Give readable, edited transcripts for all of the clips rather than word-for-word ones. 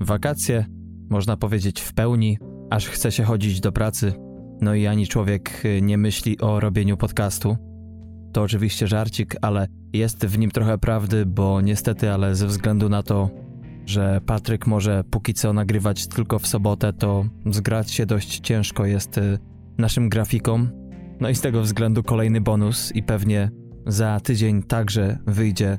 Wakacje, można powiedzieć w pełni, aż chce się chodzić do pracy, no i ani człowiek nie myśli o robieniu podcastu. To oczywiście żarcik, ale jest w nim trochę prawdy, bo niestety, ale ze względu na to, że Patryk może póki co nagrywać tylko w sobotę, to zgrać się dość ciężko jest naszym grafikom. No i z tego względu kolejny bonus i pewnie za tydzień także wyjdzie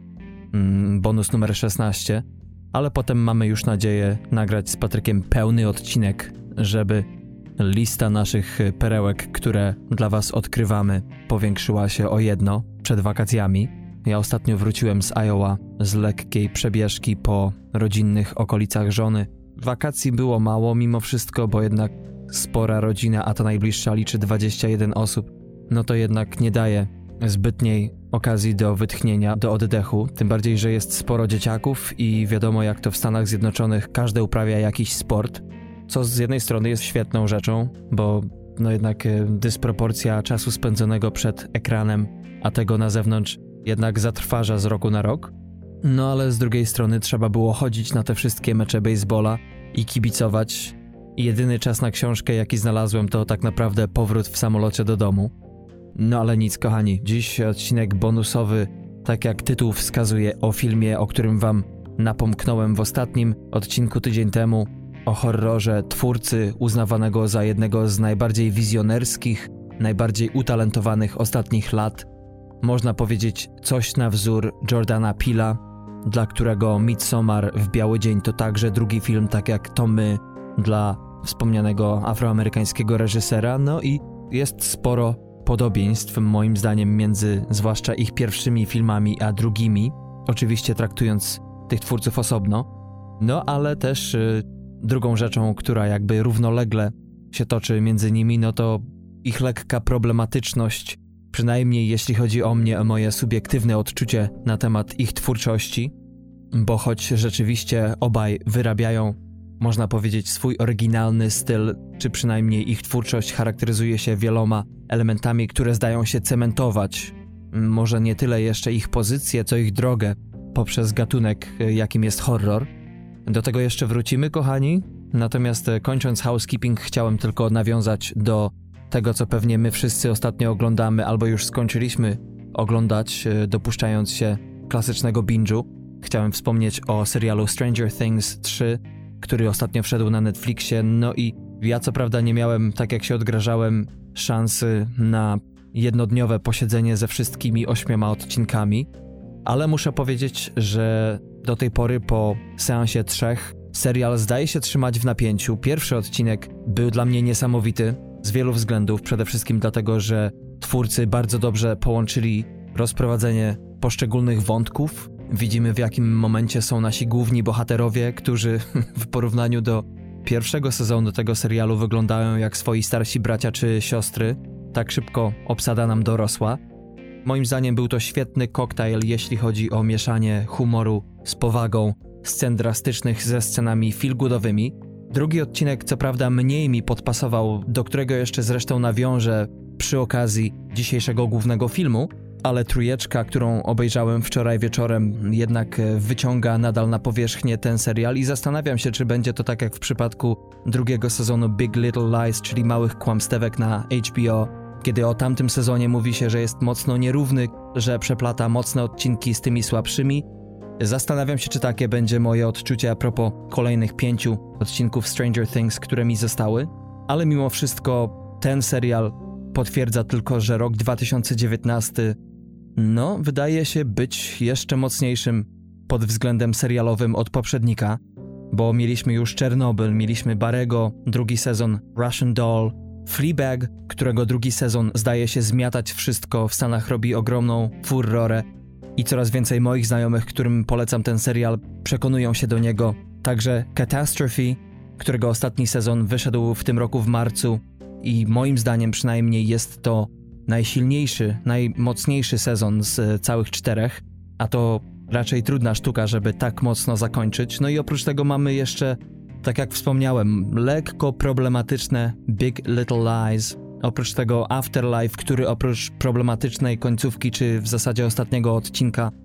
bonus numer 16, ale potem mamy już nadzieję nagrać z Patrykiem pełny odcinek, żeby lista naszych perełek, które dla was odkrywamy, powiększyła się o jedno przed wakacjami. Ja ostatnio wróciłem z Iowa z lekkiej przebieżki po rodzinnych okolicach żony. Wakacji było mało mimo wszystko, bo jednak spora rodzina, a ta najbliższa liczy 21 osób, no to jednak nie daje zbytniej okazji do wytchnienia, do oddechu, tym bardziej, że jest sporo dzieciaków i wiadomo jak to w Stanach Zjednoczonych każdy uprawia jakiś sport, co z jednej strony jest świetną rzeczą, bo no jednak dysproporcja czasu spędzonego przed ekranem, a tego na zewnątrz jednak zatrważa z roku na rok. No ale z drugiej strony trzeba było chodzić na te wszystkie mecze baseballa i kibicować. I jedyny czas na książkę jaki znalazłem to tak naprawdę powrót w samolocie do domu. No ale nic kochani, dziś odcinek bonusowy, tak jak tytuł wskazuje, o filmie, o którym wam napomknąłem w ostatnim odcinku tydzień temu, o horrorze twórcy uznawanego za jednego z najbardziej wizjonerskich, najbardziej utalentowanych ostatnich lat. Można powiedzieć coś na wzór Jordana Peela, dla którego Midsommar w biały dzień to także drugi film, tak jak To My dla wspomnianego afroamerykańskiego reżysera. No i jest sporo podobieństw moim zdaniem między zwłaszcza ich pierwszymi filmami a drugimi, oczywiście traktując tych twórców osobno. No ale też drugą rzeczą, która jakby równolegle się toczy między nimi, no to ich lekka problematyczność, przynajmniej jeśli chodzi o mnie, o moje subiektywne odczucie na temat ich twórczości, bo choć rzeczywiście obaj wyrabiają, można powiedzieć, swój oryginalny styl, czy przynajmniej ich twórczość charakteryzuje się wieloma elementami, które zdają się cementować, może nie tyle jeszcze ich pozycję, co ich drogę poprzez gatunek, jakim jest horror. Do tego jeszcze wrócimy, kochani, natomiast kończąc housekeeping chciałem tylko nawiązać do tego, co pewnie my wszyscy ostatnio oglądamy albo już skończyliśmy oglądać, dopuszczając się klasycznego binge'u. Chciałem wspomnieć o serialu Stranger Things 3, który ostatnio wszedł na Netflixie, no i ja co prawda nie miałem, tak jak się odgrażałem, szansy na jednodniowe posiedzenie ze wszystkimi 8 odcinkami, ale muszę powiedzieć, że do tej pory po seansie 3 serial zdaje się trzymać w napięciu. Pierwszy odcinek był dla mnie niesamowity z wielu względów, przede wszystkim dlatego, że twórcy bardzo dobrze połączyli rozprowadzenie poszczególnych wątków. Widzimy w jakim momencie są nasi główni bohaterowie, którzy w porównaniu do pierwszego sezonu tego serialu wyglądają jak swoi starsi bracia czy siostry. Tak szybko obsada nam dorosła. Moim zdaniem był to świetny koktajl, jeśli chodzi o mieszanie humoru z powagą, scen drastycznych ze scenami feel-goodowymi. Drugi odcinek co prawda mniej mi podpasował, do którego jeszcze zresztą nawiążę przy okazji dzisiejszego głównego filmu, ale trójeczka, którą obejrzałem wczoraj wieczorem, jednak wyciąga nadal na powierzchnię ten serial i zastanawiam się, czy będzie to tak jak w przypadku drugiego sezonu Big Little Lies, czyli Małych Kłamstewek na HBO, kiedy o tamtym sezonie mówi się, że jest mocno nierówny, że przeplata mocne odcinki z tymi słabszymi. Zastanawiam się, czy takie będzie moje odczucie a propos kolejnych 5 odcinków Stranger Things, które mi zostały, ale mimo wszystko ten serial potwierdza tylko, że rok 2019 wydaje się być jeszcze mocniejszym pod względem serialowym od poprzednika, bo mieliśmy już Czernobyl, mieliśmy Barrego, drugi sezon Russian Doll, Fleabag, którego drugi sezon zdaje się zmiatać wszystko, w Stanach robi ogromną furorę i coraz więcej moich znajomych, którym polecam ten serial, przekonują się do niego. Także Catastrophe, którego ostatni sezon wyszedł w tym roku w marcu i moim zdaniem przynajmniej jest to najsilniejszy, najmocniejszy sezon z całych 4, a to raczej trudna sztuka, żeby tak mocno zakończyć. No i oprócz tego mamy jeszcze, tak jak wspomniałem, lekko problematyczne Big Little Lies. Oprócz tego Afterlife, który oprócz problematycznej końcówki, czy w zasadzie ostatniego odcinka,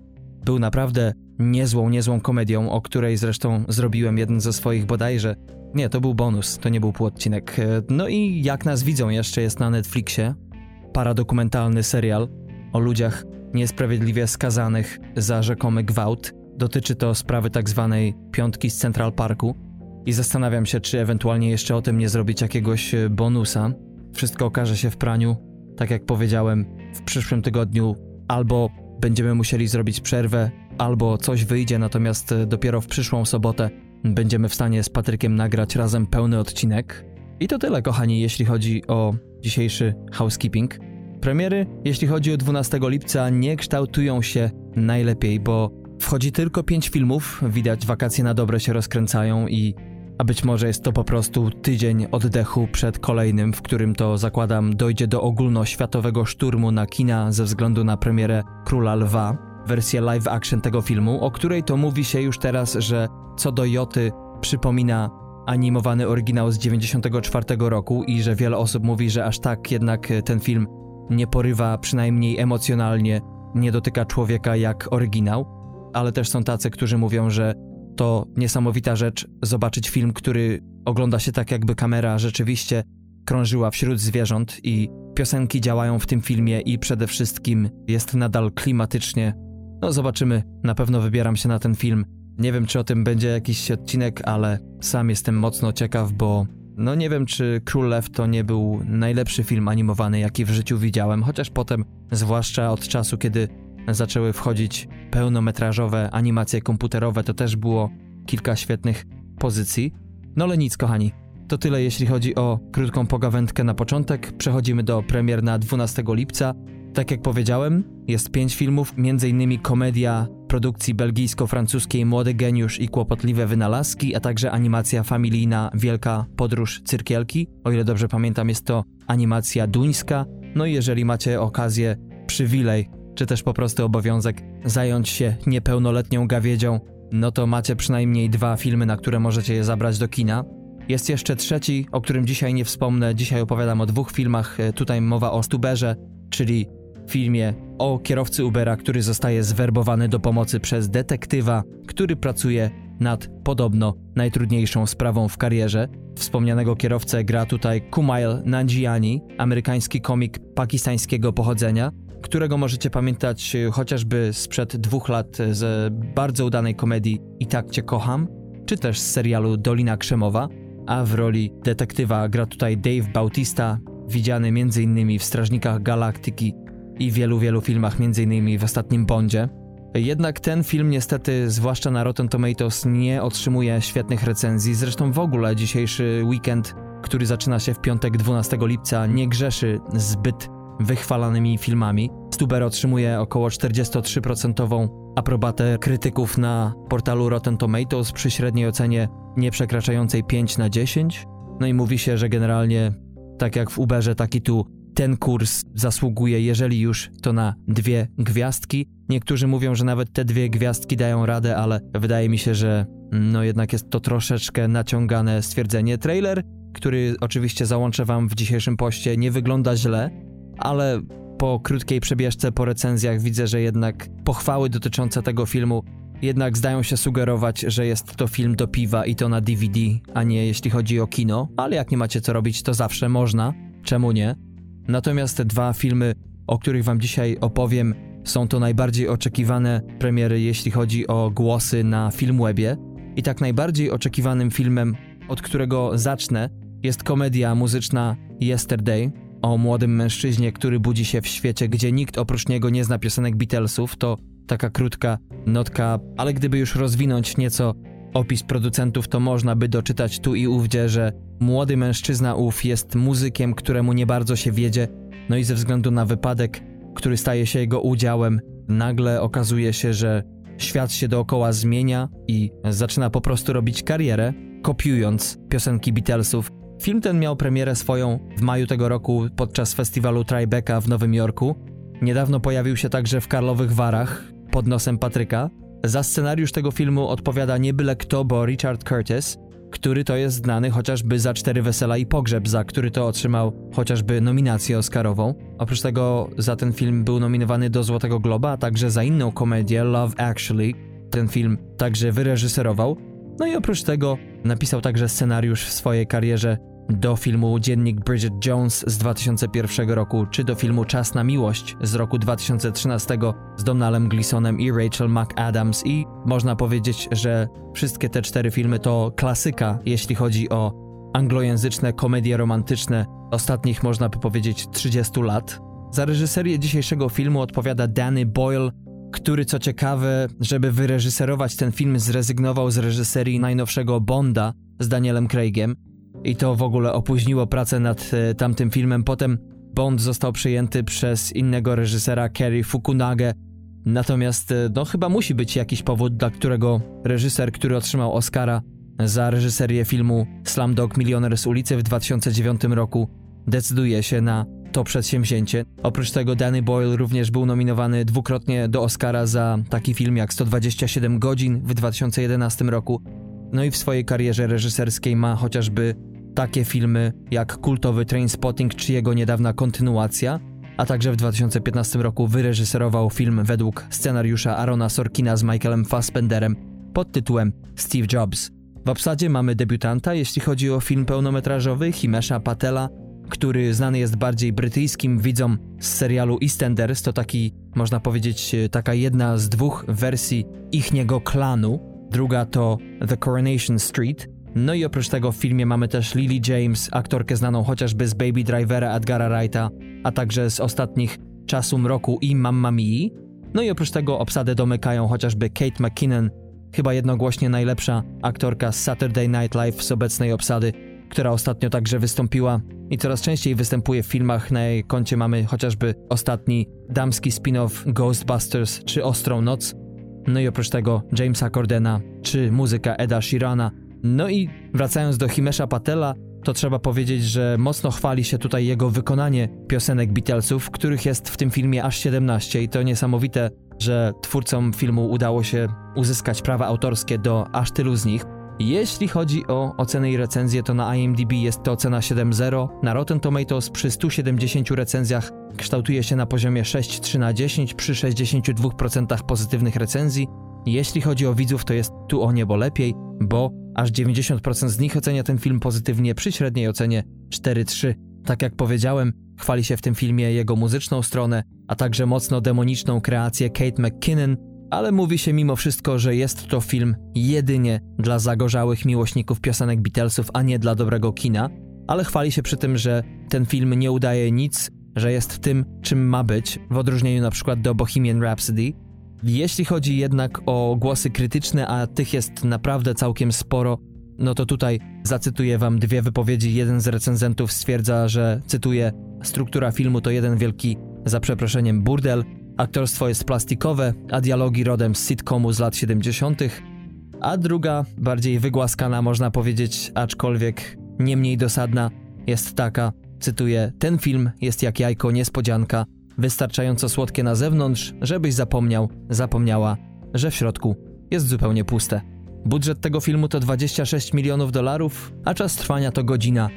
był naprawdę niezłą komedią, o której zresztą zrobiłem jeden ze swoich bodajże. Nie, to był bonus, to nie był półodcinek. No i Jak nas widzą jeszcze jest na Netflixie. Paradokumentalny serial o ludziach niesprawiedliwie skazanych za rzekomy gwałt. Dotyczy to sprawy tak zwanej piątki z Central Parku i zastanawiam się, czy ewentualnie jeszcze o tym nie zrobić jakiegoś bonusa. Wszystko okaże się w praniu. Tak jak powiedziałem, w przyszłym tygodniu albo będziemy musieli zrobić przerwę, albo coś wyjdzie, natomiast dopiero w przyszłą sobotę będziemy w stanie z Patrykiem nagrać razem pełny odcinek. I to tyle, kochani, jeśli chodzi o dzisiejszy housekeeping. Premiery, jeśli chodzi o 12 lipca, nie kształtują się najlepiej, bo wchodzi tylko 5 filmów, widać wakacje na dobre się rozkręcają a być może jest to po prostu tydzień oddechu przed kolejnym, w którym to, zakładam, dojdzie do ogólnoświatowego szturmu na kina ze względu na premierę Króla Lwa, wersję live action tego filmu, o której to mówi się już teraz, że co do joty przypomina animowany oryginał z 1994 roku i że wiele osób mówi, że aż tak jednak ten film nie porywa, przynajmniej emocjonalnie, nie dotyka człowieka jak oryginał, ale też są tacy, którzy mówią, że to niesamowita rzecz zobaczyć film, który ogląda się tak, jakby kamera rzeczywiście krążyła wśród zwierząt i piosenki działają w tym filmie i przede wszystkim jest nadal klimatycznie. No zobaczymy, na pewno wybieram się na ten film. Nie wiem, czy o tym będzie jakiś odcinek, ale sam jestem mocno ciekaw, bo no nie wiem, czy Król Lew to nie był najlepszy film animowany, jaki w życiu widziałem, chociaż potem, zwłaszcza od czasu, kiedy zaczęły wchodzić pełnometrażowe animacje komputerowe, to też było kilka świetnych pozycji. No ale nic, kochani, to tyle jeśli chodzi o krótką pogawędkę na początek. Przechodzimy do premier na 12 lipca. Tak jak powiedziałem, jest 5 filmów, m.in. komedia produkcji belgijsko-francuskiej Młody geniusz i kłopotliwe wynalazki, a także animacja familijna Wielka podróż cyrkielki. O ile dobrze pamiętam, jest to animacja duńska. No i jeżeli macie okazję, przywilej, czy też po prostu obowiązek zająć się niepełnoletnią gawiedzią, no to macie przynajmniej 2 filmy, na które możecie je zabrać do kina. Jest jeszcze trzeci, o którym dzisiaj nie wspomnę. Dzisiaj opowiadam o 2 filmach. Tutaj mowa o Stuberze, czyli filmie o kierowcy Ubera, który zostaje zwerbowany do pomocy przez detektywa, który pracuje nad podobno najtrudniejszą sprawą w karierze. Wspomnianego kierowcę gra tutaj Kumail Nanjiani, amerykański komik pakistańskiego pochodzenia, którego możecie pamiętać chociażby sprzed 2 lat z bardzo udanej komedii I tak cię kocham, czy też z serialu Dolina Krzemowa, a w roli detektywa gra tutaj Dave Bautista, widziany m.in. w Strażnikach Galaktyki i wielu filmach, m.in. w ostatnim Bondzie. Jednak ten film niestety, zwłaszcza na Rotten Tomatoes, nie otrzymuje świetnych recenzji. Zresztą w ogóle dzisiejszy weekend, który zaczyna się w piątek 12 lipca, nie grzeszy zbyt wychwalanymi filmami. Stuber otrzymuje około 43% aprobatę krytyków na portalu Rotten Tomatoes przy średniej ocenie nie przekraczającej 5 na 10. No i mówi się, że generalnie tak jak w Uberze, tak i tu ten kurs zasługuje, jeżeli już, to na 2 gwiazdki. Niektórzy mówią, że nawet te 2 gwiazdki dają radę, ale wydaje mi się, że no jednak jest to troszeczkę naciągane stwierdzenie. Trailer, który oczywiście załączę wam w dzisiejszym poście, nie wygląda źle, ale po krótkiej przebieżce, po recenzjach widzę, że jednak pochwały dotyczące tego filmu jednak zdają się sugerować, że jest to film do piwa i to na DVD, a nie jeśli chodzi o kino, ale jak nie macie co robić, to zawsze można, czemu nie? Natomiast te 2 filmy, o których wam dzisiaj opowiem, są to najbardziej oczekiwane premiery, jeśli chodzi o głosy na Filmwebie. I tak najbardziej oczekiwanym filmem, od którego zacznę, jest komedia muzyczna Yesterday, o młodym mężczyźnie, który budzi się w świecie, gdzie nikt oprócz niego nie zna piosenek Beatlesów. To taka krótka notka, ale gdyby już rozwinąć nieco opis producentów, to można by doczytać tu i ówdzie, że młody mężczyzna ów jest muzykiem, któremu nie bardzo się wiedzie, no i ze względu na wypadek, który staje się jego udziałem, nagle okazuje się, że świat się dookoła zmienia i zaczyna po prostu robić karierę, kopiując piosenki Beatlesów. Film ten miał premierę swoją w maju tego roku podczas festiwalu Tribeca w Nowym Jorku. Niedawno pojawił się także w Karlowych Warach pod nosem Patryka. Za scenariusz tego filmu odpowiada nie byle kto, bo Richard Curtis, który to jest znany chociażby za 4 wesela i pogrzeb, za który to otrzymał chociażby nominację oscarową. Oprócz tego za ten film był nominowany do Złotego Globa, a także za inną komedię Love Actually. Ten film także wyreżyserował. No i oprócz tego napisał także scenariusz w swojej karierze do filmu Dziennik Bridget Jones z 2001 roku, czy do filmu Czas na miłość z roku 2013 z Domhnallem Gleesonem i Rachel McAdams i można powiedzieć, że wszystkie te 4 filmy to klasyka, jeśli chodzi o anglojęzyczne komedie romantyczne ostatnich, można by powiedzieć, 30 lat. Za reżyserię dzisiejszego filmu odpowiada Danny Boyle, który co ciekawe, żeby wyreżyserować ten film, zrezygnował z reżyserii najnowszego Bonda z Danielem Craigiem i to w ogóle opóźniło pracę nad tamtym filmem. Potem Bond został przyjęty przez innego reżysera, Cary Fukunagę. Natomiast chyba musi być jakiś powód, dla którego reżyser, który otrzymał Oscara za reżyserię filmu Slumdog Milioner z ulicy w 2009 roku, decyduje się na to przedsięwzięcie. Oprócz tego Danny Boyle również był nominowany dwukrotnie do Oscara za taki film jak 127 godzin w 2011 roku. No i w swojej karierze reżyserskiej ma chociażby takie filmy jak kultowy Trainspotting czy jego niedawna kontynuacja, a także w 2015 roku wyreżyserował film według scenariusza Arona Sorkina z Michaelem Fassbenderem pod tytułem Steve Jobs. W obsadzie mamy debiutanta, jeśli chodzi o film pełnometrażowy, Himesha Patela, który znany jest bardziej brytyjskim widzom z serialu EastEnders. To taki, można powiedzieć, taka jedna z 2 wersji ichniego klanu. Druga to The Coronation Street. No i oprócz tego w filmie mamy też Lily James, aktorkę znaną chociażby z Baby Drivera Edgara Wrighta, a także z ostatnich Czasu Mroku i Mamma Mii. No i oprócz tego obsadę domykają chociażby Kate McKinnon, chyba jednogłośnie najlepsza aktorka z Saturday Night Live z obecnej obsady, która ostatnio także wystąpiła i coraz częściej występuje w filmach. Na jej koncie mamy chociażby ostatni damski spin-off Ghostbusters czy Ostrą Noc. No i oprócz tego Jamesa Cordena czy muzyka Eda Sheerana. No i wracając do Himesha Patela, to trzeba powiedzieć, że mocno chwali się tutaj jego wykonanie piosenek Beatlesów, których jest w tym filmie aż 17 i to niesamowite, że twórcom filmu udało się uzyskać prawa autorskie do aż tylu z nich. Jeśli chodzi o oceny i recenzje, to na IMDb jest to ocena 7.0, na Rotten Tomatoes przy 170 recenzjach kształtuje się na poziomie 6,3 na 10 przy 62% pozytywnych recenzji. Jeśli chodzi o widzów, to jest tu o niebo lepiej, bo aż 90% z nich ocenia ten film pozytywnie przy średniej ocenie 4,3. Tak jak powiedziałem, chwali się w tym filmie jego muzyczną stronę, a także mocno demoniczną kreację Kate McKinnon, ale mówi się mimo wszystko, że jest to film jedynie dla zagorzałych miłośników piosenek Beatlesów, a nie dla dobrego kina, ale chwali się przy tym, że ten film nie udaje nic, że jest tym, czym ma być, w odróżnieniu na przykład do Bohemian Rhapsody. Jeśli chodzi jednak o głosy krytyczne, a tych jest naprawdę całkiem sporo, no to tutaj zacytuję wam 2 wypowiedzi. Jeden z recenzentów stwierdza, że, cytuję, struktura filmu to jeden wielki, za przeproszeniem, burdel, aktorstwo jest plastikowe, a dialogi rodem z sitcomu z lat 70., a druga, bardziej wygłaskana, można powiedzieć, aczkolwiek nie mniej dosadna, jest taka, cytuję, ten film jest jak jajko niespodzianka, wystarczająco słodkie na zewnątrz, żebyś zapomniała, że w środku jest zupełnie puste. Budżet tego filmu to $26 milionów, a czas trwania to godzina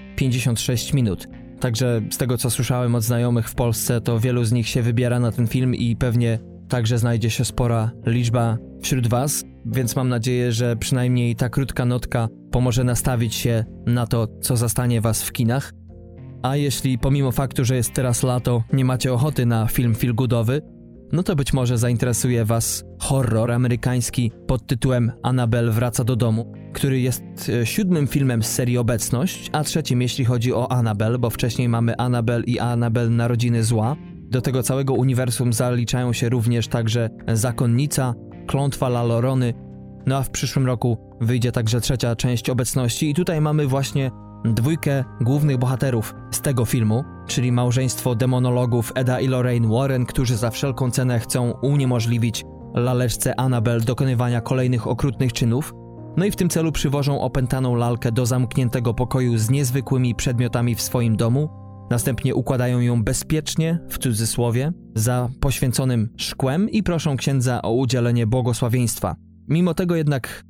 56 minut. Także z tego, co słyszałem od znajomych w Polsce, to wielu z nich się wybiera na ten film i pewnie także znajdzie się spora liczba wśród was, więc mam nadzieję, że przynajmniej ta krótka notka pomoże nastawić się na to, co zastanie was w kinach. A jeśli pomimo faktu, że jest teraz lato, nie macie ochoty na film feel-goodowy, no to być może zainteresuje was horror amerykański pod tytułem Annabelle wraca do domu, który jest 7. filmem z serii Obecność, a 3. jeśli chodzi o Annabelle, bo wcześniej mamy Annabelle i Annabelle Narodziny Zła. Do tego całego uniwersum zaliczają się również także Zakonnica, Klątwa La Llorony, no a w przyszłym roku wyjdzie także 3. część Obecności i tutaj mamy właśnie 2 głównych bohaterów z tego filmu, czyli małżeństwo demonologów Eda i Lorraine Warren, którzy za wszelką cenę chcą uniemożliwić laleczce Annabelle dokonywania kolejnych okrutnych czynów. No i w tym celu przywożą opętaną lalkę do zamkniętego pokoju z niezwykłymi przedmiotami w swoim domu. Następnie układają ją bezpiecznie, w cudzysłowie, za poświęconym szkłem i proszą księdza o udzielenie błogosławieństwa. Mimo tego jednak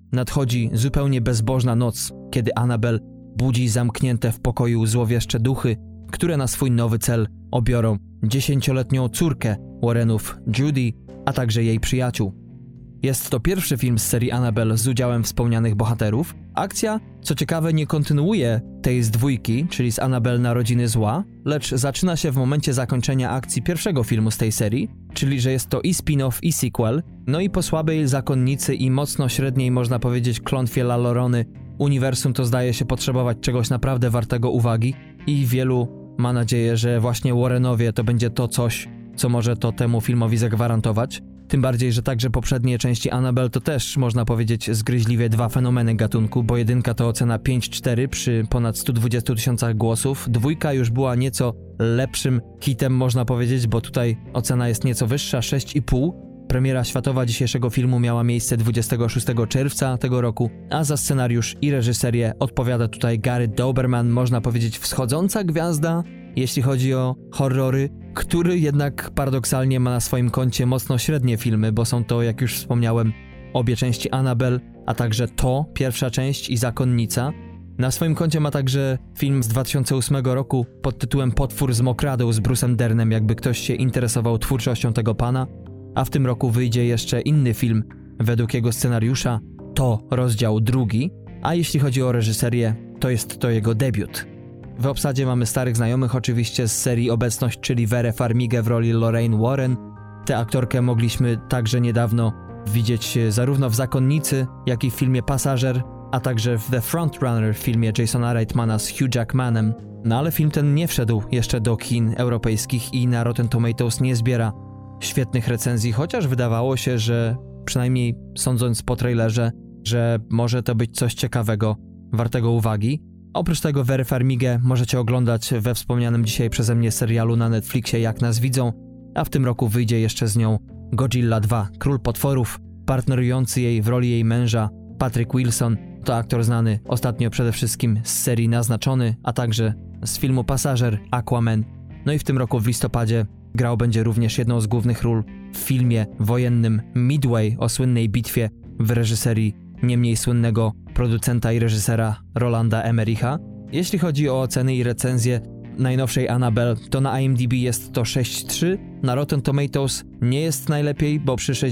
nadchodzi zupełnie bezbożna noc, kiedy Annabelle budzi zamknięte w pokoju złowieszcze duchy, które na swój nowy cel obiorą 10-letnią córkę Warrenów, Judy, a także jej przyjaciół. Jest to pierwszy film z serii Annabelle z udziałem wspomnianych bohaterów. Akcja, co ciekawe, nie kontynuuje tej z dwójki, czyli z Annabelle Narodziny Zła, lecz zaczyna się w momencie zakończenia akcji pierwszego filmu z tej serii, czyli że jest to i spin-off, i sequel. No i po słabej Zakonnicy i mocno średniej, można powiedzieć, klątwie La Llorony, uniwersum to zdaje się potrzebować czegoś naprawdę wartego uwagi i wielu ma nadzieję, że właśnie Warrenowie to będzie to coś, co może to temu filmowi zagwarantować. Tym bardziej, że także poprzednie części Annabelle to też, można powiedzieć, zgryźliwie dwa fenomeny gatunku, bo jedynka to ocena 5,4 przy ponad 120 000 głosów, dwójka już była nieco lepszym hitem, można powiedzieć, bo tutaj ocena jest nieco wyższa, 6,5. Premiera światowa dzisiejszego filmu miała miejsce 26 czerwca tego roku, a za scenariusz i reżyserię odpowiada tutaj Gary Dauberman, można powiedzieć wschodząca gwiazda, jeśli chodzi o horrory, który jednak paradoksalnie ma na swoim koncie mocno średnie filmy, bo są to, jak już wspomniałem, obie części Annabelle, a także To, pierwsza część i Zakonnica. Na swoim koncie ma także film z 2008 roku pod tytułem Potwór z Mokradą z Bruce'em Dernem, jakby ktoś się interesował twórczością tego pana, a w tym roku wyjdzie jeszcze inny film według jego scenariusza, To, rozdział 2, a jeśli chodzi o reżyserię, to jest to jego debiut. W obsadzie mamy starych znajomych oczywiście z serii Obecność, czyli Verę Farmigę w roli Lorraine Warren. Tę aktorkę mogliśmy także niedawno widzieć zarówno w Zakonnicy, jak i w filmie Pasażer, a także w The Frontrunner w filmie Jasona Reitmana z Hugh Jackmanem. No ale film ten nie wszedł jeszcze do kin europejskich i na Rotten Tomatoes nie zbiera świetnych recenzji, chociaż wydawało się, że przynajmniej sądząc po trailerze, że może to być coś ciekawego, wartego uwagi. Oprócz tego Verę Farmigę możecie oglądać we wspomnianym dzisiaj przeze mnie serialu na Netflixie Jak nas widzą, a w tym roku wyjdzie jeszcze z nią Godzilla 2, Król Potworów. Partnerujący jej w roli jej męża Patrick Wilson to aktor znany ostatnio przede wszystkim z serii Naznaczony, a także z filmu Pasażer, Aquaman. No i w tym roku w listopadzie grał będzie również jedną z głównych ról w filmie wojennym Midway o słynnej bitwie w reżyserii nie mniej słynnego producenta i reżysera Rolanda Emmericha. Jeśli chodzi o oceny i recenzje najnowszej Annabelle, to na IMDb jest to 6,3, na Rotten Tomatoes nie jest najlepiej, bo przy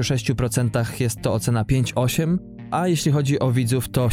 66% jest to ocena 5,8, a jeśli chodzi o widzów, to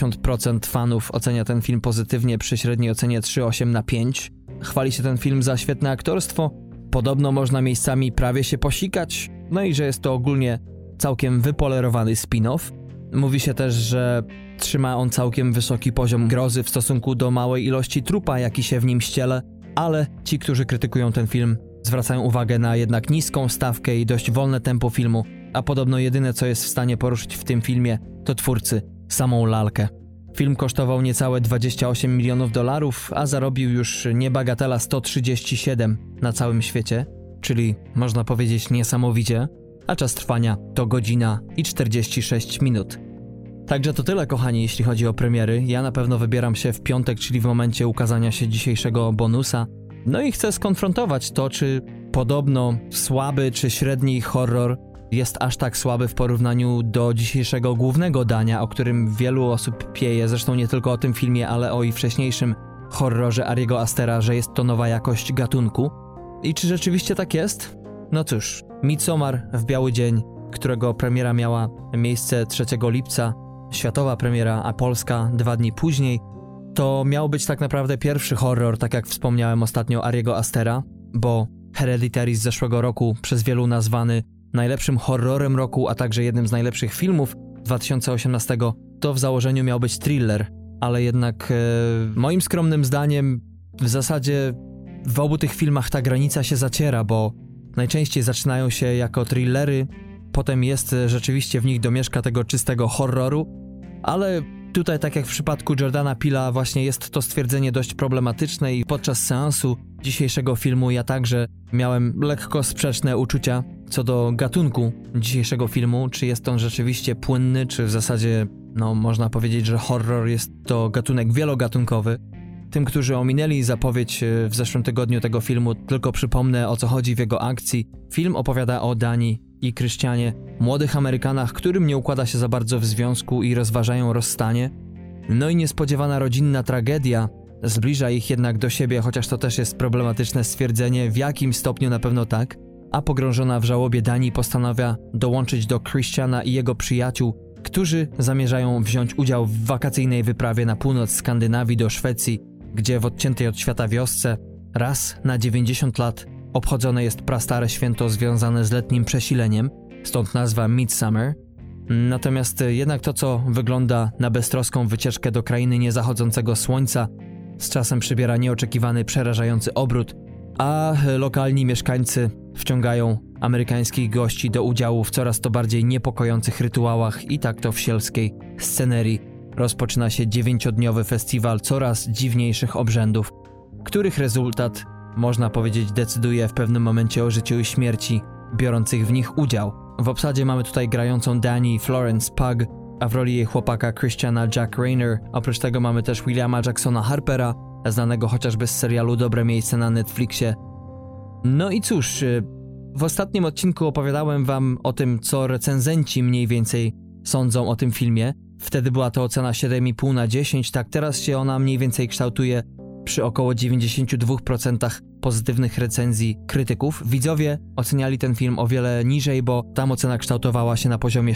70% fanów ocenia ten film pozytywnie przy średniej ocenie 3,8 na 5. Chwali się ten film za świetne aktorstwo, podobno można miejscami prawie się posikać, no i że jest to ogólnie całkiem wypolerowany spin-off. Mówi się też, że trzyma on całkiem wysoki poziom grozy w stosunku do małej ilości trupa, jaki się w nim ściele, ale ci, którzy krytykują ten film, zwracają uwagę na jednak niską stawkę i dość wolne tempo filmu, a podobno jedyne, co jest w stanie poruszyć w tym filmie, to twórcy samą lalkę. Film kosztował niecałe $28 milionów, a zarobił już niebagatela 137 na całym świecie, czyli można powiedzieć niesamowicie, a czas trwania to 1 godzina i 46 minut. Także to tyle, kochani, jeśli chodzi o premiery. Ja na pewno wybieram się w piątek, czyli w momencie ukazania się dzisiejszego bonusa. No i chcę skonfrontować to, czy podobno słaby czy średni horror jest aż tak słaby w porównaniu do dzisiejszego głównego dania, o którym wielu osób pieje, zresztą nie tylko o tym filmie, ale o i wcześniejszym horrorze Ariego Astera, że jest to nowa jakość gatunku. I czy rzeczywiście tak jest? No cóż, Midsommar w biały dzień, którego premiera miała miejsce 3 lipca, światowa premiera, a polska 2 dni później, to miał być tak naprawdę pierwszy horror, tak jak wspomniałem ostatnio, Ariego Astera, bo Hereditary z zeszłego roku, przez wielu nazwany najlepszym horrorem roku, a także jednym z najlepszych filmów 2018, to w założeniu miał być thriller, ale jednak moim skromnym zdaniem w zasadzie w obu tych filmach ta granica się zaciera, bo najczęściej zaczynają się jako thrillery, potem jest rzeczywiście w nich domieszka tego czystego horroru, ale tutaj, tak jak w przypadku Jordana Peele'a, właśnie jest to stwierdzenie dość problematyczne i podczas seansu dzisiejszego filmu ja także miałem lekko sprzeczne uczucia co do gatunku dzisiejszego filmu, czy jest on rzeczywiście płynny, czy w zasadzie, można powiedzieć, że horror jest to gatunek wielogatunkowy. Tym, którzy ominęli zapowiedź w zeszłym tygodniu tego filmu, tylko przypomnę, o co chodzi w jego akcji. Film opowiada o Dani, i Christianie, młodych Amerykanach, którym nie układa się za bardzo w związku i rozważają rozstanie. No i niespodziewana rodzinna tragedia zbliża ich jednak do siebie, chociaż to też jest problematyczne stwierdzenie, w jakim stopniu na pewno tak, a pogrążona w żałobie Dani postanawia dołączyć do Christiana i jego przyjaciół, którzy zamierzają wziąć udział w wakacyjnej wyprawie na północ Skandynawii do Szwecji, gdzie w odciętej od świata wiosce raz na 90 lat obchodzone jest prastare święto związane z letnim przesileniem, stąd nazwa Midsummer. Natomiast jednak to, co wygląda na beztroską wycieczkę do krainy niezachodzącego słońca, z czasem przybiera nieoczekiwany, przerażający obrót, a lokalni mieszkańcy wciągają amerykańskich gości do udziału w coraz to bardziej niepokojących rytuałach i tak to w sielskiej scenerii rozpoczyna się 9-dniowy festiwal coraz dziwniejszych obrzędów, których rezultat, można powiedzieć, decyduje w pewnym momencie o życiu i śmierci biorących w nich udział. W obsadzie mamy tutaj grającą Dani Florence Pugh, a w roli jej chłopaka Christiana Jack Rayner. Oprócz tego mamy też Williama Jacksona Harpera, znanego chociażby z serialu Dobre miejsce na Netflixie. No i cóż, w ostatnim odcinku opowiadałem wam o tym, co recenzenci mniej więcej sądzą o tym filmie. Wtedy była to ocena 7,5 na 10, tak teraz się ona mniej więcej kształtuje przy około 92% pozytywnych recenzji krytyków. Widzowie oceniali ten film o wiele niżej, bo tam ocena kształtowała się na poziomie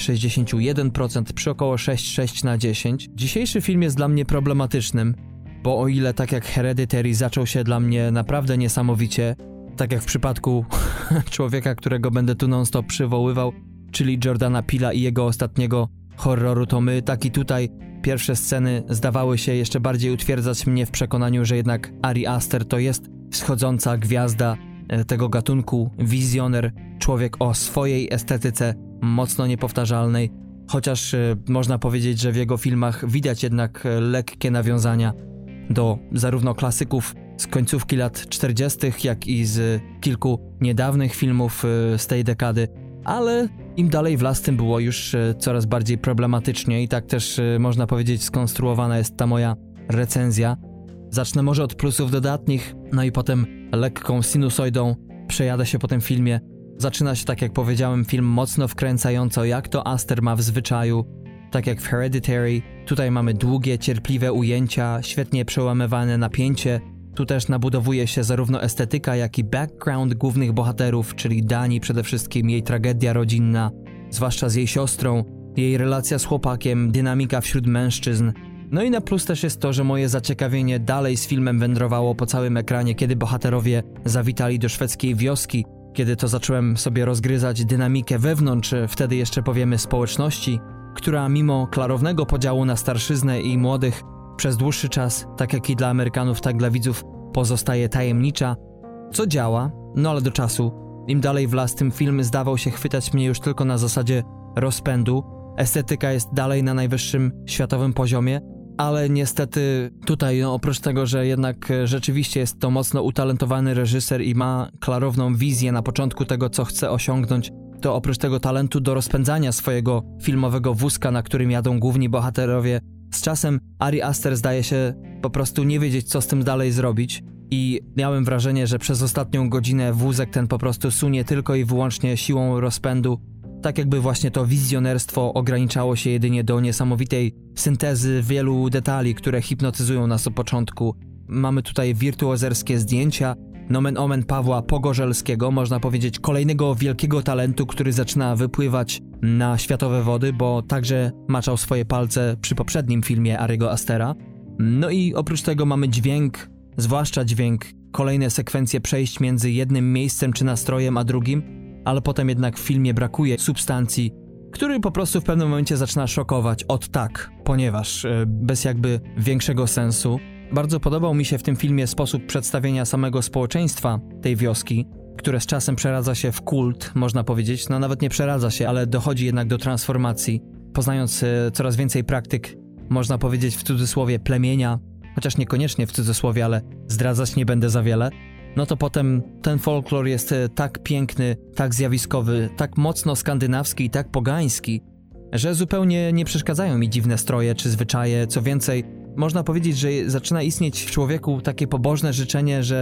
61% przy około 6,6 na 10. Dzisiejszy film jest dla mnie problematycznym, bo o ile tak jak Hereditary zaczął się dla mnie naprawdę niesamowicie, tak jak w przypadku człowieka, którego będę tu non-stop przywoływał, czyli Jordana Peela i jego ostatniego horroru, to my, tak i tutaj pierwsze sceny zdawały się jeszcze bardziej utwierdzać mnie w przekonaniu, że jednak Ari Aster to jest wschodząca gwiazda tego gatunku, wizjoner, człowiek o swojej estetyce mocno niepowtarzalnej, chociaż można powiedzieć, że w jego filmach widać jednak lekkie nawiązania do zarówno klasyków z końcówki lat 40., jak i z kilku niedawnych filmów z tej dekady, ale im dalej w las, tym było już coraz bardziej problematycznie i tak też można powiedzieć skonstruowana jest ta moja recenzja. Zacznę może od plusów dodatnich, no i potem lekką sinusoidą przejadę się po tym filmie. Zaczyna się, tak jak powiedziałem, film mocno wkręcająco, jak to Aster ma w zwyczaju, tak jak w Hereditary. Tutaj mamy długie, cierpliwe ujęcia, świetnie przełamywane napięcie. Tu też nabudowuje się zarówno estetyka, jak i background głównych bohaterów, czyli Dani przede wszystkim, jej tragedia rodzinna, zwłaszcza z jej siostrą, jej relacja z chłopakiem, dynamika wśród mężczyzn. No i na plus też jest to, że moje zaciekawienie dalej z filmem wędrowało po całym ekranie, kiedy bohaterowie zawitali do szwedzkiej wioski, kiedy to zacząłem sobie rozgryzać dynamikę wewnątrz, wtedy jeszcze powiemy społeczności, która mimo klarownego podziału na starszyznę i młodych przez dłuższy czas, tak jak i dla Amerykanów, tak dla widzów, pozostaje tajemnicza, co działa, no ale do czasu. Im dalej w las, tym film zdawał się chwytać mnie już tylko na zasadzie rozpędu. Estetyka jest dalej na najwyższym światowym poziomie, ale niestety tutaj, oprócz tego, że jednak rzeczywiście jest to mocno utalentowany reżyser i ma klarowną wizję na początku tego, co chce osiągnąć, to oprócz tego talentu do rozpędzania swojego filmowego wózka, na którym jadą główni bohaterowie, z czasem Ari Aster zdaje się po prostu nie wiedzieć, co z tym dalej zrobić i miałem wrażenie, że przez ostatnią godzinę wózek ten po prostu sunie tylko i wyłącznie siłą rozpędu, tak jakby właśnie to wizjonerstwo ograniczało się jedynie do niesamowitej syntezy wielu detali, które hipnotyzują nas od początku. Mamy tutaj wirtuozerskie zdjęcia, nomen omen Pawła Pogorzelskiego, można powiedzieć kolejnego wielkiego talentu, który zaczyna wypływać na światowe wody, bo także maczał swoje palce przy poprzednim filmie Ariego Astera. No i oprócz tego mamy dźwięk, zwłaszcza dźwięk, kolejne sekwencje przejść między jednym miejscem czy nastrojem a drugim, ale potem jednak w filmie brakuje substancji, który po prostu w pewnym momencie zaczyna szokować od tak, ponieważ bez jakby większego sensu. Bardzo podobał mi się w tym filmie sposób przedstawienia samego społeczeństwa tej wioski, które z czasem przeradza się w kult, można powiedzieć, no nawet nie przeradza się, ale dochodzi jednak do transformacji, poznając coraz więcej praktyk, można powiedzieć w cudzysłowie plemienia, chociaż niekoniecznie w cudzysłowie, ale zdradzać nie będę za wiele, no to potem ten folklor jest tak piękny, tak zjawiskowy, tak mocno skandynawski i tak pogański, że zupełnie nie przeszkadzają mi dziwne stroje czy zwyczaje, co więcej, można powiedzieć, że zaczyna istnieć w człowieku takie pobożne życzenie, że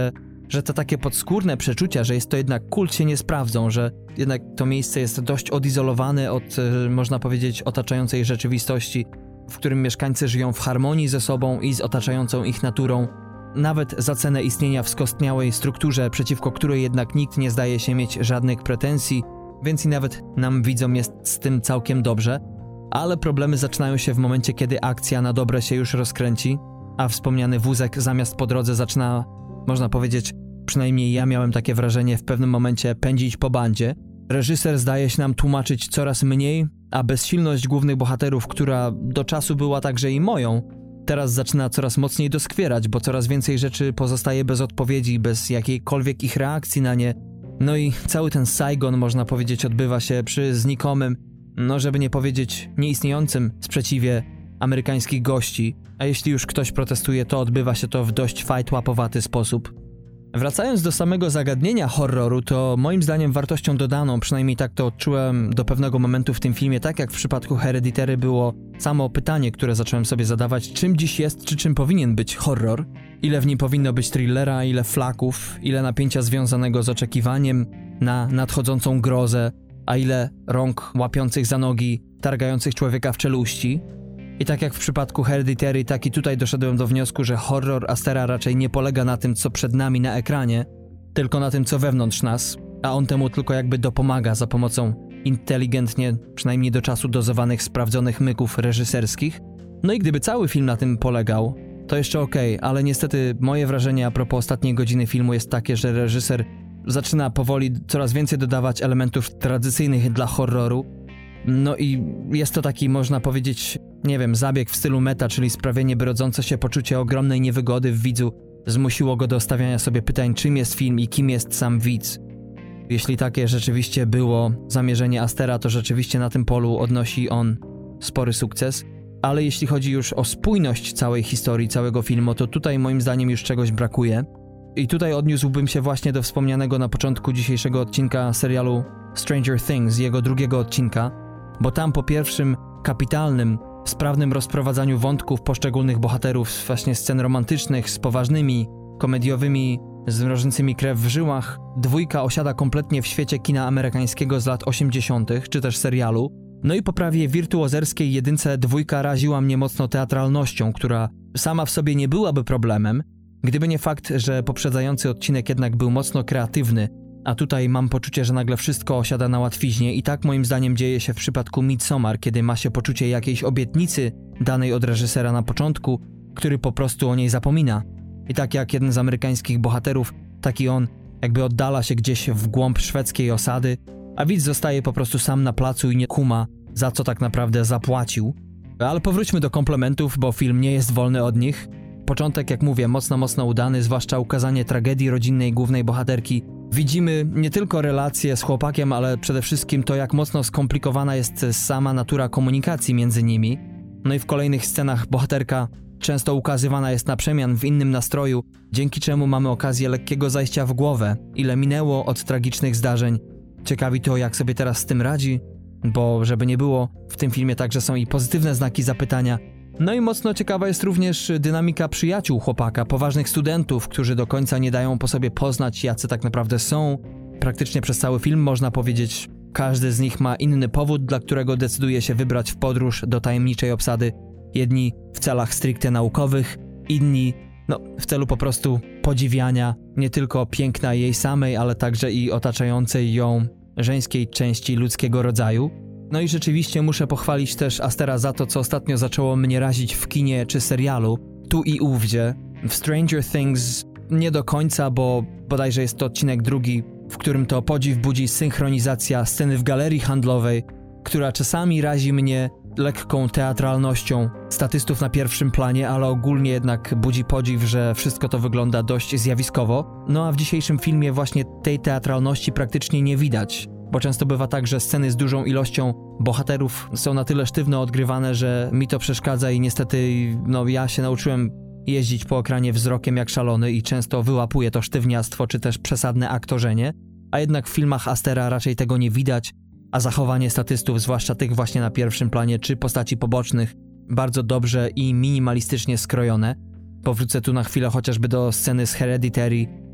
że te takie podskórne przeczucia, że jest to jednak kult, się nie sprawdzą, że jednak to miejsce jest dość odizolowane od, można powiedzieć, otaczającej rzeczywistości, w którym mieszkańcy żyją w harmonii ze sobą i z otaczającą ich naturą, nawet za cenę istnienia w skostniałej strukturze, przeciwko której jednak nikt nie zdaje się mieć żadnych pretensji, więc i nawet nam widzom jest z tym całkiem dobrze, ale problemy zaczynają się w momencie, kiedy akcja na dobre się już rozkręci, a wspomniany wózek zamiast po drodze zaczyna, można powiedzieć, przynajmniej ja miałem takie wrażenie, w pewnym momencie pędzić po bandzie. Reżyser zdaje się nam tłumaczyć coraz mniej, a bezsilność głównych bohaterów, która do czasu była także i moją, teraz zaczyna coraz mocniej doskwierać, bo coraz więcej rzeczy pozostaje bez odpowiedzi, bez jakiejkolwiek ich reakcji na nie. No i cały ten Saigon, można powiedzieć, odbywa się przy znikomym, no żeby nie powiedzieć nieistniejącym sprzeciwie amerykańskich gości, a jeśli już ktoś protestuje, to odbywa się to w dość fajtłapowaty sposób. Wracając do samego zagadnienia horroru, to moim zdaniem wartością dodaną, przynajmniej tak to odczułem do pewnego momentu w tym filmie, tak jak w przypadku Hereditary było samo pytanie, które zacząłem sobie zadawać, czym dziś jest, czy czym powinien być horror, ile w nim powinno być thrillera, ile flaków, ile napięcia związanego z oczekiwaniem na nadchodzącą grozę, a ile rąk łapiących za nogi, targających człowieka w czeluści. I tak jak w przypadku Hereditary, tak i tutaj doszedłem do wniosku, że horror Astera raczej nie polega na tym, co przed nami na ekranie, tylko na tym, co wewnątrz nas, a on temu tylko jakby dopomaga za pomocą inteligentnie, przynajmniej do czasu dozowanych, sprawdzonych myków reżyserskich. No i gdyby cały film na tym polegał, to jeszcze okej, ale niestety moje wrażenie a propos ostatniej godziny filmu jest takie, że reżyser zaczyna powoli coraz więcej dodawać elementów tradycyjnych dla horroru. No i jest to taki, można powiedzieć, nie wiem, zabieg w stylu meta, czyli sprawienie, by rodzące się poczucie ogromnej niewygody w widzu zmusiło go do stawiania sobie pytań, czym jest film i kim jest sam widz. Jeśli takie rzeczywiście było zamierzenie Astera, to rzeczywiście na tym polu odnosi on spory sukces, ale jeśli chodzi już o spójność całej historii, całego filmu, to tutaj moim zdaniem już czegoś brakuje. I tutaj odniósłbym się właśnie do wspomnianego na początku dzisiejszego odcinka serialu Stranger Things, jego drugiego odcinka, bo tam po pierwszym kapitalnym, sprawnym rozprowadzaniu wątków poszczególnych bohaterów, właśnie scen romantycznych z poważnymi, komediowymi, zmrożącymi krew w żyłach, dwójka osiada kompletnie w świecie kina amerykańskiego z lat 80., czy też serialu. No i po prawie wirtuozerskiej jedynce dwójka raziła mnie mocno teatralnością, która sama w sobie nie byłaby problemem, gdyby nie fakt, że poprzedzający odcinek jednak był mocno kreatywny, a tutaj mam poczucie, że nagle wszystko osiada na łatwiźnie i tak moim zdaniem dzieje się w przypadku Midsommar, kiedy ma się poczucie jakiejś obietnicy danej od reżysera na początku, który po prostu o niej zapomina. I tak jak jeden z amerykańskich bohaterów, taki on jakby oddala się gdzieś w głąb szwedzkiej osady, a widz zostaje po prostu sam na placu i nie kuma, za co tak naprawdę zapłacił. Ale powróćmy do komplementów, bo film nie jest wolny od nich. Początek, jak mówię, mocno udany, zwłaszcza ukazanie tragedii rodzinnej głównej bohaterki. Widzimy nie tylko relacje z chłopakiem, ale przede wszystkim to, jak mocno skomplikowana jest sama natura komunikacji między nimi. No i w kolejnych scenach bohaterka często ukazywana jest na przemian w innym nastroju, dzięki czemu mamy okazję lekkiego zajścia w głowę, ile minęło od tragicznych zdarzeń. Ciekawi to, jak sobie teraz z tym radzi, bo żeby nie było, w tym filmie także są i pozytywne znaki zapytania. No i mocno ciekawa jest również dynamika przyjaciół chłopaka, poważnych studentów, którzy do końca nie dają po sobie poznać, jacy tak naprawdę są. Praktycznie przez cały film można powiedzieć, każdy z nich ma inny powód, dla którego decyduje się wybrać w podróż do tajemniczej obsady. Jedni w celach stricte naukowych, inni w celu po prostu podziwiania nie tylko piękna jej samej, ale także i otaczającej ją żeńskiej części ludzkiego rodzaju. No i rzeczywiście muszę pochwalić też Astera za to, co ostatnio zaczęło mnie razić w kinie czy serialu, tu i ówdzie. W Stranger Things nie do końca, bo bodajże jest to odcinek drugi, w którym to podziw budzi synchronizacja sceny w galerii handlowej, która czasami razi mnie lekką teatralnością statystów na pierwszym planie, ale ogólnie jednak budzi podziw, że wszystko to wygląda dość zjawiskowo. No a w dzisiejszym filmie właśnie tej teatralności praktycznie nie widać, bo często bywa tak, że sceny z dużą ilością bohaterów są na tyle sztywno odgrywane, że mi to przeszkadza i niestety ja się nauczyłem jeździć po ekranie wzrokiem jak szalony i często wyłapuję to sztywniactwo czy też przesadne aktorzenie, a jednak w filmach Astera raczej tego nie widać, a zachowanie statystów, zwłaszcza tych właśnie na pierwszym planie czy postaci pobocznych, bardzo dobrze i minimalistycznie skrojone. Powrócę tu na chwilę chociażby do sceny z Hereditary,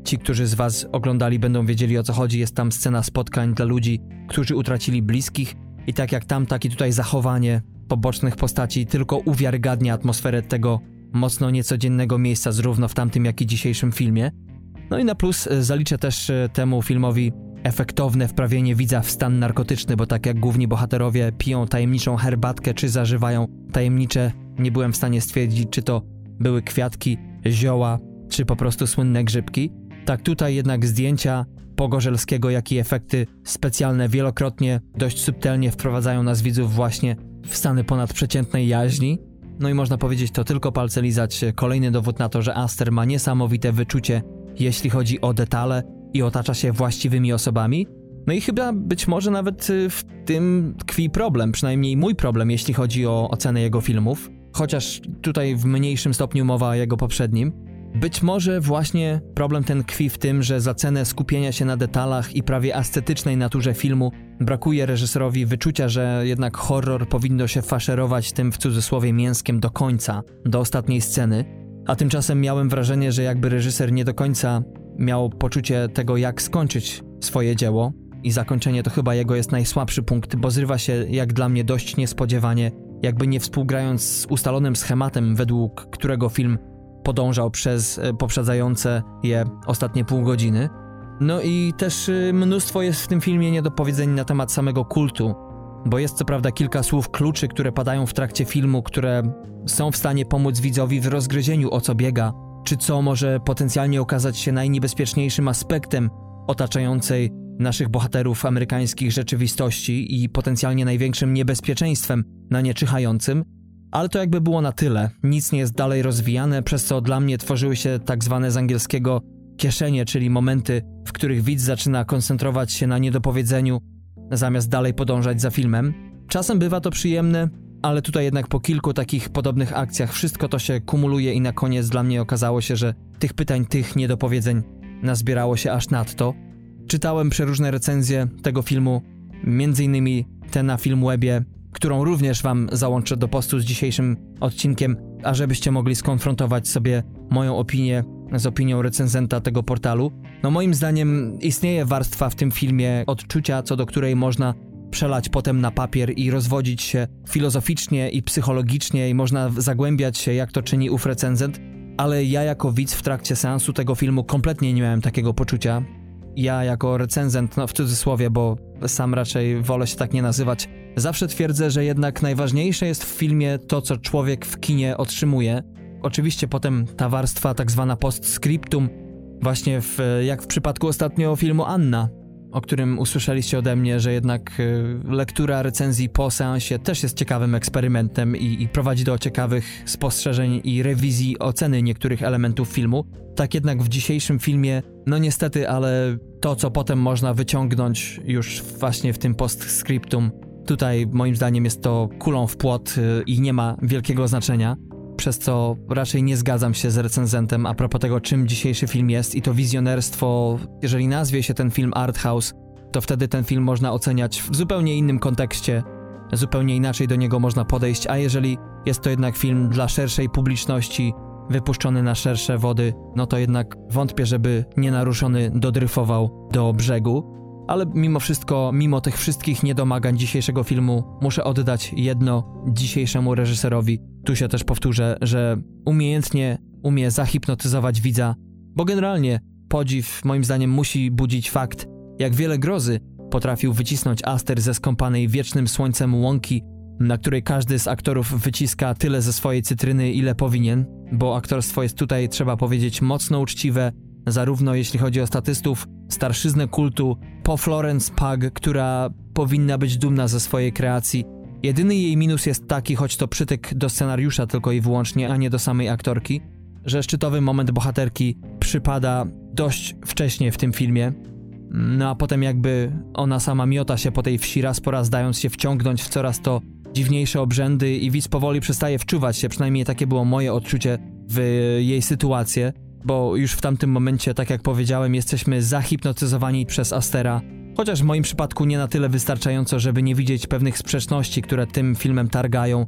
Ci, którzy z was oglądali, będą wiedzieli, o co chodzi. Jest tam scena spotkań dla ludzi, którzy utracili bliskich i tak jak tam, tak i tutaj zachowanie pobocznych postaci tylko uwiarygadnia atmosferę tego mocno niecodziennego miejsca, zarówno w tamtym, jak i dzisiejszym filmie. No i na plus zaliczę też temu filmowi efektowne wprawienie widza w stan narkotyczny, bo tak jak główni bohaterowie piją tajemniczą herbatkę, czy zażywają tajemnicze, nie byłem w stanie stwierdzić, czy to były kwiatki, zioła, czy po prostu słynne grzybki. Tak tutaj jednak zdjęcia Pogorzelskiego, jak i efekty specjalne wielokrotnie, dość subtelnie wprowadzają nas widzów właśnie w stany ponadprzeciętnej jaźni. No i można powiedzieć, to tylko palce lizać, kolejny dowód na to, że Aster ma niesamowite wyczucie, jeśli chodzi o detale i otacza się właściwymi osobami. No i chyba być może nawet w tym tkwi problem, przynajmniej mój problem, jeśli chodzi o ocenę jego filmów, chociaż tutaj w mniejszym stopniu mowa o jego poprzednim. Być może właśnie problem ten tkwi w tym, że za cenę skupienia się na detalach i prawie ascetycznej naturze filmu brakuje reżyserowi wyczucia, że jednak horror powinno się faszerować tym w cudzysłowie mięskiem do końca, do ostatniej sceny, a tymczasem miałem wrażenie, że jakby reżyser nie do końca miał poczucie tego, jak skończyć swoje dzieło i zakończenie to chyba jego jest najsłabszy punkt, bo zrywa się jak dla mnie dość niespodziewanie, jakby nie współgrając z ustalonym schematem, według którego film podążał przez poprzedzające je ostatnie pół godziny. No i też mnóstwo jest w tym filmie niedopowiedzeń na temat samego kultu, bo jest co prawda kilka słów kluczy, które padają w trakcie filmu, które są w stanie pomóc widzowi w rozgryzieniu, o co biega, czy co może potencjalnie okazać się najniebezpieczniejszym aspektem otaczającej naszych bohaterów amerykańskich rzeczywistości i potencjalnie największym niebezpieczeństwem na nie czyhającym. Ale to jakby było na tyle. Nic nie jest dalej rozwijane, przez co dla mnie tworzyły się tak zwane z angielskiego kieszenie, czyli momenty, w których widz zaczyna koncentrować się na niedopowiedzeniu, zamiast dalej podążać za filmem. Czasem bywa to przyjemne, ale tutaj jednak po kilku takich podobnych akcjach wszystko to się kumuluje i na koniec dla mnie okazało się, że tych pytań, tych niedopowiedzeń nazbierało się aż nadto. Czytałem przeróżne recenzje tego filmu, m.in. te na Filmwebie, którą również wam załączę do postu z dzisiejszym odcinkiem, a żebyście mogli skonfrontować sobie moją opinię z opinią recenzenta tego portalu. No moim zdaniem istnieje warstwa w tym filmie odczucia, co do której można przelać potem na papier i rozwodzić się filozoficznie i psychologicznie i można zagłębiać się, jak to czyni ów recenzent, ale ja jako widz w trakcie seansu tego filmu kompletnie nie miałem takiego poczucia. Ja jako recenzent, no w cudzysłowie, bo sam raczej wolę się tak nie nazywać, zawsze twierdzę, że jednak najważniejsze jest w filmie to, co człowiek w kinie otrzymuje. Oczywiście potem ta warstwa tak zwana postscriptum, właśnie jak w przypadku ostatnio filmu Anna, o którym usłyszeliście ode mnie, że jednak lektura recenzji po seansie też jest ciekawym eksperymentem i prowadzi do ciekawych spostrzeżeń i rewizji oceny niektórych elementów filmu. Tak jednak w dzisiejszym filmie, no niestety, ale to, co potem można wyciągnąć już właśnie w tym postscriptum, tutaj moim zdaniem jest to kulą w płot i nie ma wielkiego znaczenia, przez co raczej nie zgadzam się z recenzentem a propos tego, czym dzisiejszy film jest i to wizjonerstwo, jeżeli nazwie się ten film Arthouse, to wtedy ten film można oceniać w zupełnie innym kontekście, zupełnie inaczej do niego można podejść, a jeżeli jest to jednak film dla szerszej publiczności, wypuszczony na szersze wody, no to jednak wątpię, żeby nienaruszony dodryfował do brzegu. Ale mimo wszystko, mimo tych wszystkich niedomagań dzisiejszego filmu, muszę oddać jedno dzisiejszemu reżyserowi. Tu się też powtórzę, że umiejętnie umie zahipnotyzować widza, bo generalnie podziw moim zdaniem musi budzić fakt, jak wiele grozy potrafił wycisnąć Aster ze skąpanej wiecznym słońcem łąki, na której każdy z aktorów wyciska tyle ze swojej cytryny, ile powinien, bo aktorstwo jest tutaj, trzeba powiedzieć, mocno uczciwe, zarówno jeśli chodzi o statystów, starszyznę kultu, po Florence Pugh, która powinna być dumna ze swojej kreacji. Jedyny jej minus jest taki, choć to przytyk do scenariusza tylko i wyłącznie, a nie do samej aktorki, że szczytowy moment bohaterki przypada dość wcześnie w tym filmie. No a potem jakby ona sama miota się po tej wsi raz po raz, dając się wciągnąć w coraz to dziwniejsze obrzędy i widz powoli przestaje wczuwać się, przynajmniej takie było moje odczucie w jej sytuację, bo już w tamtym momencie, tak jak powiedziałem, jesteśmy zahipnotyzowani przez Astera, chociaż w moim przypadku nie na tyle wystarczająco, żeby nie widzieć pewnych sprzeczności, które tym filmem targają.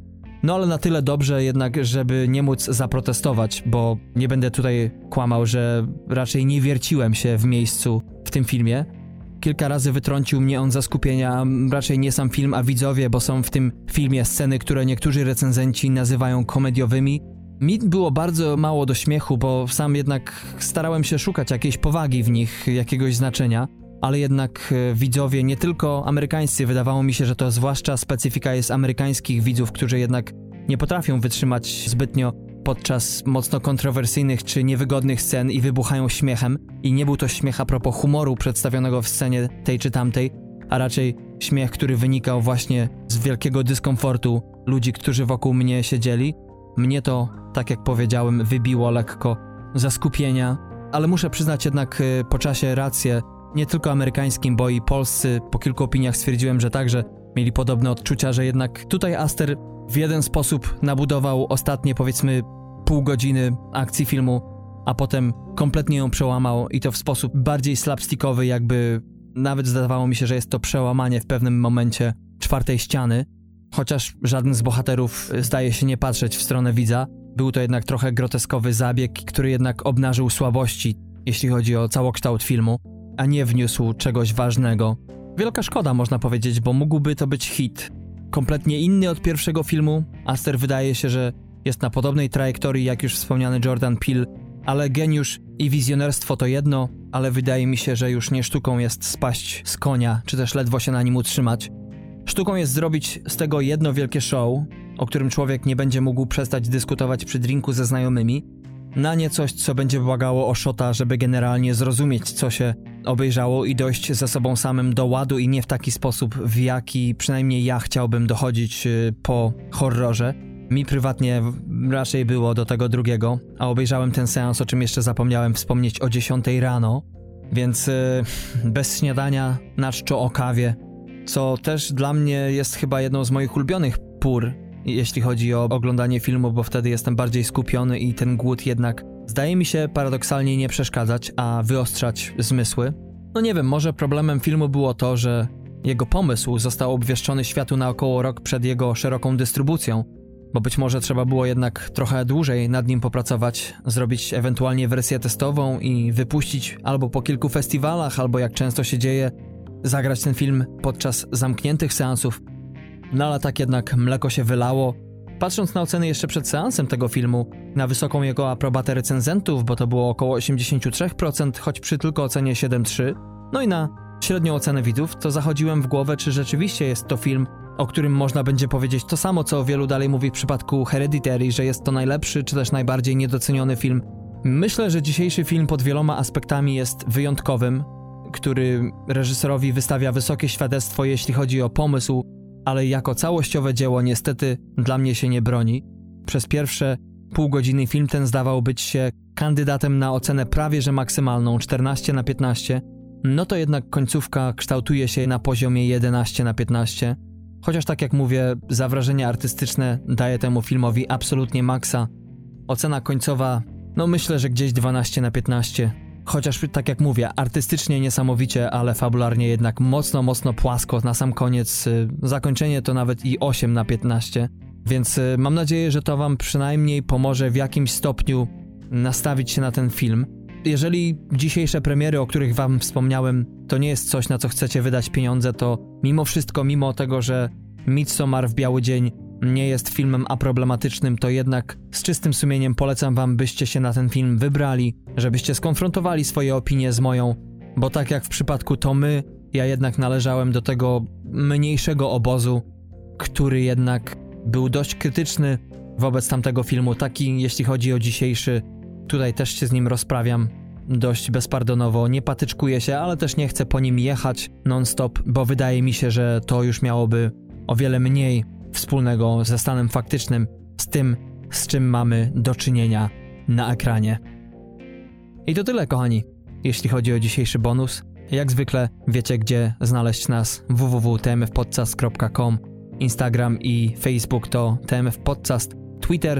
No ale na tyle dobrze jednak, żeby nie móc zaprotestować, bo nie będę tutaj kłamał, że raczej nie wierciłem się w miejscu w tym filmie. Kilka razy wytrącił mnie on za skupienia, raczej nie sam film, a widzowie, bo są w tym filmie sceny, które niektórzy recenzenci nazywają komediowymi. Mi było bardzo mało do śmiechu, bo sam jednak starałem się szukać jakiejś powagi w nich, jakiegoś znaczenia, ale jednak widzowie, nie tylko amerykańscy, wydawało mi się, że to zwłaszcza specyfika jest amerykańskich widzów, którzy jednak nie potrafią wytrzymać zbytnio podczas mocno kontrowersyjnych czy niewygodnych scen i wybuchają śmiechem. I nie był to śmiech a propos humoru przedstawionego w scenie tej czy tamtej, a raczej śmiech, który wynikał właśnie z wielkiego dyskomfortu ludzi, którzy wokół mnie siedzieli. Mnie to, tak jak powiedziałem, wybiło lekko za skupienia, ale muszę przyznać jednak po czasie rację, nie tylko amerykańskim, bo i polscy po kilku opiniach stwierdziłem, że także mieli podobne odczucia, że jednak tutaj Aster w jeden sposób nabudował ostatnie, powiedzmy, pół godziny akcji filmu, a potem kompletnie ją przełamał i to w sposób bardziej slapstickowy, jakby nawet zdawało mi się, że jest to przełamanie w pewnym momencie czwartej ściany, chociaż żaden z bohaterów zdaje się nie patrzeć w stronę widza. Był to jednak trochę groteskowy zabieg, który jednak obnażył słabości, jeśli chodzi o całokształt filmu, a nie wniósł czegoś ważnego. Wielka szkoda, można powiedzieć, bo mógłby to być hit. Kompletnie inny od pierwszego filmu. Aster wydaje się, że jest na podobnej trajektorii jak już wspomniany Jordan Peele, ale geniusz i wizjonerstwo to jedno, ale wydaje mi się, że już nie sztuką jest spaść z konia, czy też ledwo się na nim utrzymać. Sztuką jest zrobić z tego jedno wielkie show, o którym człowiek nie będzie mógł przestać dyskutować przy drinku ze znajomymi, na nie coś, co będzie błagało o szota, żeby generalnie zrozumieć, co się obejrzało i dojść ze sobą samym do ładu i nie w taki sposób, w jaki przynajmniej ja chciałbym dochodzić po horrorze. Mi prywatnie raczej było do tego drugiego, a obejrzałem ten seans, o czym jeszcze zapomniałem wspomnieć, o 10 rano, więc bez śniadania, na czczo o kawie, co też dla mnie jest chyba jedną z moich ulubionych pór, jeśli chodzi o oglądanie filmu, bo wtedy jestem bardziej skupiony i ten głód jednak zdaje mi się paradoksalnie nie przeszkadzać, a wyostrzać zmysły. No nie wiem, może problemem filmu było to, że jego pomysł został obwieszczony światu na około rok przed jego szeroką dystrybucją, bo być może trzeba było jednak trochę dłużej nad nim popracować, zrobić ewentualnie wersję testową i wypuścić albo po kilku festiwalach, albo jak często się dzieje, zagrać ten film podczas zamkniętych seansów. No ale tak jednak mleko się wylało. Patrząc na oceny jeszcze przed seansem tego filmu, na wysoką jego aprobatę recenzentów, bo to było około 83%, choć przy tylko ocenie 7,3, no i na średnią ocenę widzów, to zachodziłem w głowę, czy rzeczywiście jest to film, o którym można będzie powiedzieć to samo, co wielu dalej mówi w przypadku Hereditary, że jest to najlepszy, czy też najbardziej niedoceniony film. Myślę, że dzisiejszy film pod wieloma aspektami jest wyjątkowym, który reżyserowi wystawia wysokie świadectwo, jeśli chodzi o pomysł, ale jako całościowe dzieło niestety dla mnie się nie broni. Przez pierwsze pół godziny film ten zdawał być się kandydatem na ocenę prawie że maksymalną 14/15, no to jednak końcówka kształtuje się na poziomie 11/15, chociaż tak jak mówię, za wrażenie artystyczne daje temu filmowi absolutnie maksa. Ocena końcowa, no myślę, że gdzieś 12/15. Chociaż tak jak mówię, artystycznie niesamowicie, ale fabularnie jednak mocno płasko na sam koniec. Zakończenie to nawet i 8/15, więc mam nadzieję, że to wam przynajmniej pomoże w jakimś stopniu nastawić się na ten film. Jeżeli dzisiejsze premiery, o których wam wspomniałem, to nie jest coś, na co chcecie wydać pieniądze, to mimo wszystko, mimo tego, że Midsommar w biały dzień nie jest filmem aproblematycznym, to jednak z czystym sumieniem polecam wam, byście się na ten film wybrali, żebyście skonfrontowali swoje opinie z moją, bo tak jak w przypadku To My, ja jednak należałem do tego mniejszego obozu, który jednak był dość krytyczny wobec tamtego filmu, taki jeśli chodzi o dzisiejszy. Tutaj też się z nim rozprawiam dość bezpardonowo, nie patyczkuję się, ale też nie chcę po nim jechać non-stop, bo wydaje mi się, że to już miałoby o wiele mniej wspólnego ze stanem faktycznym, z tym, z czym mamy do czynienia na ekranie. I to tyle, kochani, jeśli chodzi o dzisiejszy bonus. Jak zwykle wiecie, gdzie znaleźć nas: www.tmfpodcast.com, Instagram i Facebook to tmfpodcast, Twitter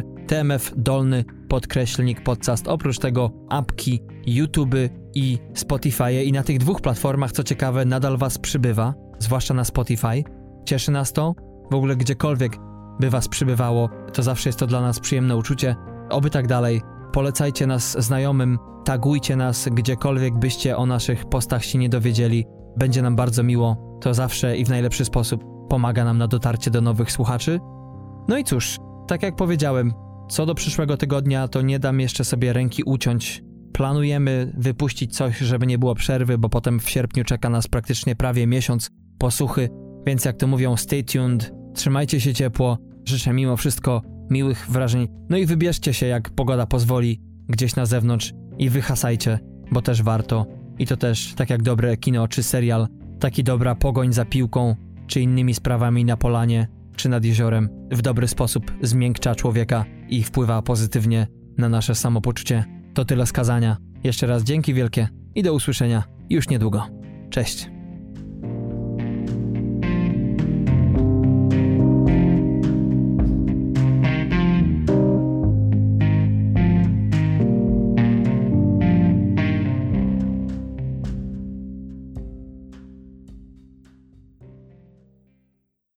tmf_podcast. Oprócz tego apki, YouTube i Spotify. I na tych dwóch platformach, co ciekawe, nadal was przybywa, zwłaszcza na Spotify. Cieszy nas to. W ogóle gdziekolwiek by was przybywało. To zawsze jest to dla nas przyjemne uczucie. Oby tak dalej. Polecajcie nas znajomym, tagujcie nas gdziekolwiek byście o naszych postach się nie dowiedzieli. Będzie nam bardzo miło. To zawsze i w najlepszy sposób pomaga nam na dotarcie do nowych słuchaczy. No i cóż, tak jak powiedziałem, co do przyszłego tygodnia, to nie dam jeszcze sobie ręki uciąć. Planujemy wypuścić coś, żeby nie było przerwy, bo potem w sierpniu czeka nas praktycznie prawie miesiąc posuchy, więc jak to mówią, stay tuned, trzymajcie się ciepło, życzę mimo wszystko miłych wrażeń, no i wybierzcie się, jak pogoda pozwoli, gdzieś na zewnątrz i wyhasajcie, bo też warto. I to też, tak jak dobre kino czy serial, taki dobra pogoń za piłką, czy innymi sprawami na polanie, czy nad jeziorem, w dobry sposób zmiękcza człowieka i wpływa pozytywnie na nasze samopoczucie. To tyle z kazania. Jeszcze raz dzięki wielkie i do usłyszenia już niedługo. Cześć.